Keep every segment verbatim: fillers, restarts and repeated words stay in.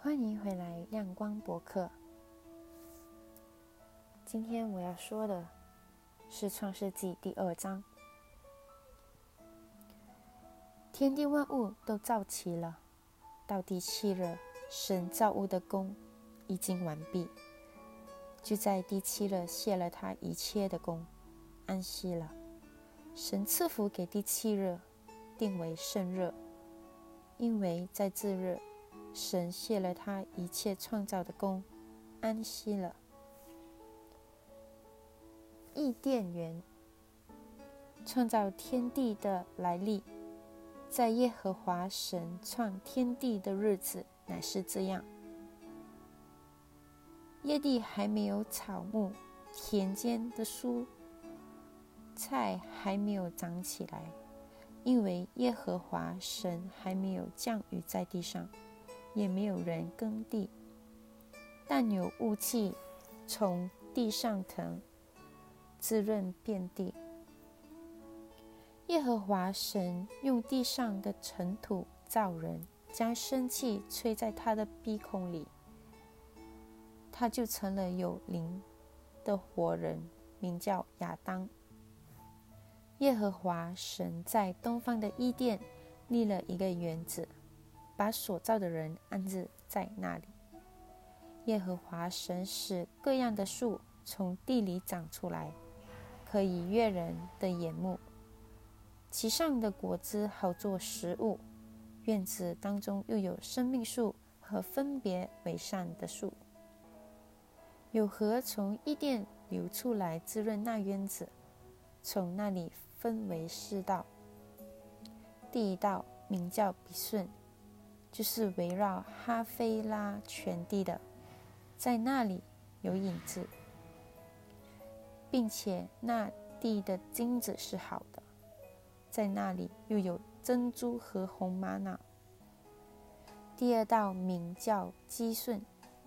欢迎回来亮光博客。今天我要说的是创世纪第二章。天地万物都造齐了，到第七日，神造物的工已经完毕，就在第七日卸了他一切的工，安息了。神赐福给第七日，定为圣日，因为在这日神卸了他一切创造的工，安息了。伊甸园创造天地的来历，在耶和华神创天地的日子乃是这样：野地还没有草木，田间的蔬菜还没有长起来，因为耶和华神还没有降雨在地上，也没有人耕地，但有雾气从地上腾，滋润遍地。耶和华神用地上的尘土造人，将生气吹在他的鼻孔里，他就成了有灵的活人，名叫亚当。耶和华神在东方的伊甸立了一个园子，把所造的人安置在那里。耶和华神使各样的树从地里长出来，可以悦人的眼目，其上的果子好做食物。院子当中又有生命树和分别为善的树。有河从伊甸流出来，滋润那园子，从那里分为四道。第一道名叫比顺，就是围绕哈菲拉全地的，在那里有影子，并且那地的金子是好的，在那里又有珍珠和红玛瑙。第二道名叫基顺，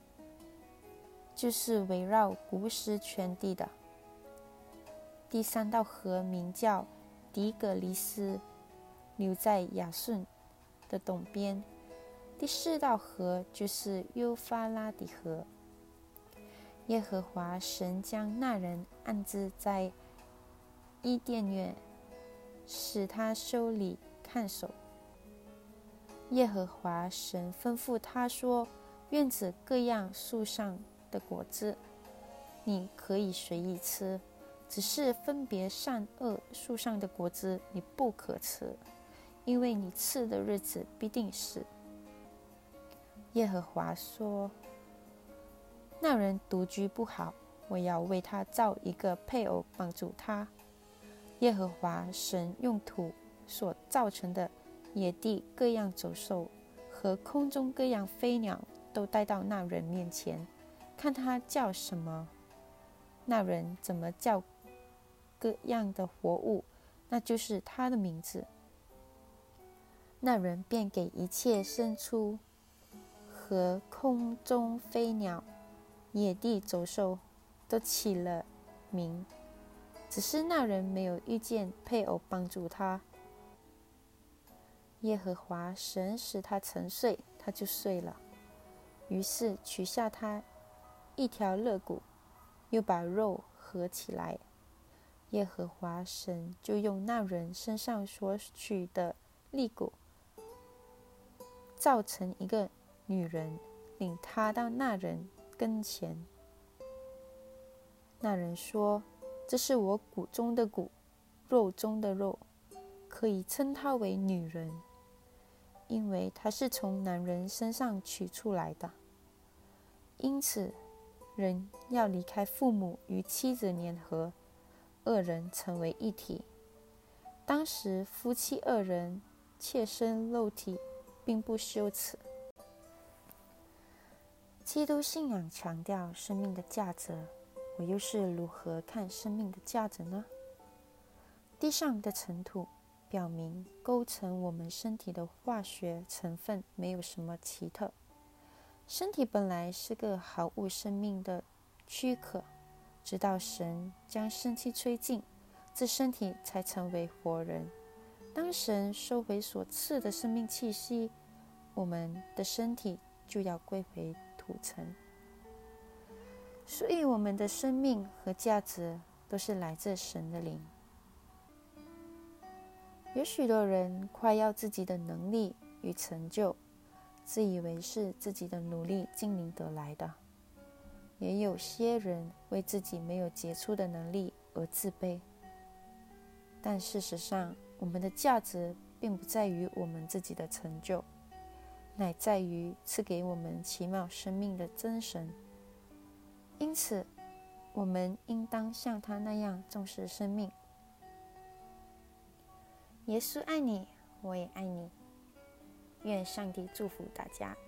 就是围绕古实全地的。第三道河名叫底格里斯，流在亚顺的东边。第四道河就是幼发拉底河。耶和华神将那人安置在伊甸园，使他修理看守。耶和华神吩咐他说：院子各样树上的果子你可以随意吃，只是分别善恶树上的果子你不可吃，因为你吃的日子必定死。耶和华说：那人独居不好，我要为他造一个配偶帮助他。耶和华神用土所造成的野地各样走兽和空中各样飞鸟都带到那人面前，看他叫什么，那人怎么叫各样的活物，那就是他的名字。那人便给一切牲畜和空中飞鸟、野地走兽都起了名，只是那人没有遇见配偶帮助他。耶和华神使他沉睡，他就睡了，于是取下他一条肋骨，又把肉合起来。耶和华神就用那人身上所取的肋骨造成一个女人，领他到那人跟前。那人说：这是我骨中的骨，肉中的肉，可以称她为女人，因为她是从男人身上取出来的。因此人要离开父母，与妻子联合，二人成为一体。当时夫妻二人切身肉体，并不羞耻。基督信仰强调生命的价值，我又是如何看生命的价值呢？地上的尘土表明构成我们身体的化学成分没有什么奇特，身体本来是个毫无生命的躯壳，直到神将生气吹尽，这身体才成为活人。当神收回所赐的生命气息，我们的身体就要归回土层。所以我们的生命和价值都是来自神的灵。有许多人夸耀自己的能力与成就，自以为是自己的努力经营得来的。也有些人为自己没有杰出的能力而自卑。但事实上，我们的价值并不在于我们自己的成就，乃在于赐给我们奇妙生命的真神。因此，我们应当像他那样重视生命。耶稣爱你，我也爱你。愿上帝祝福大家。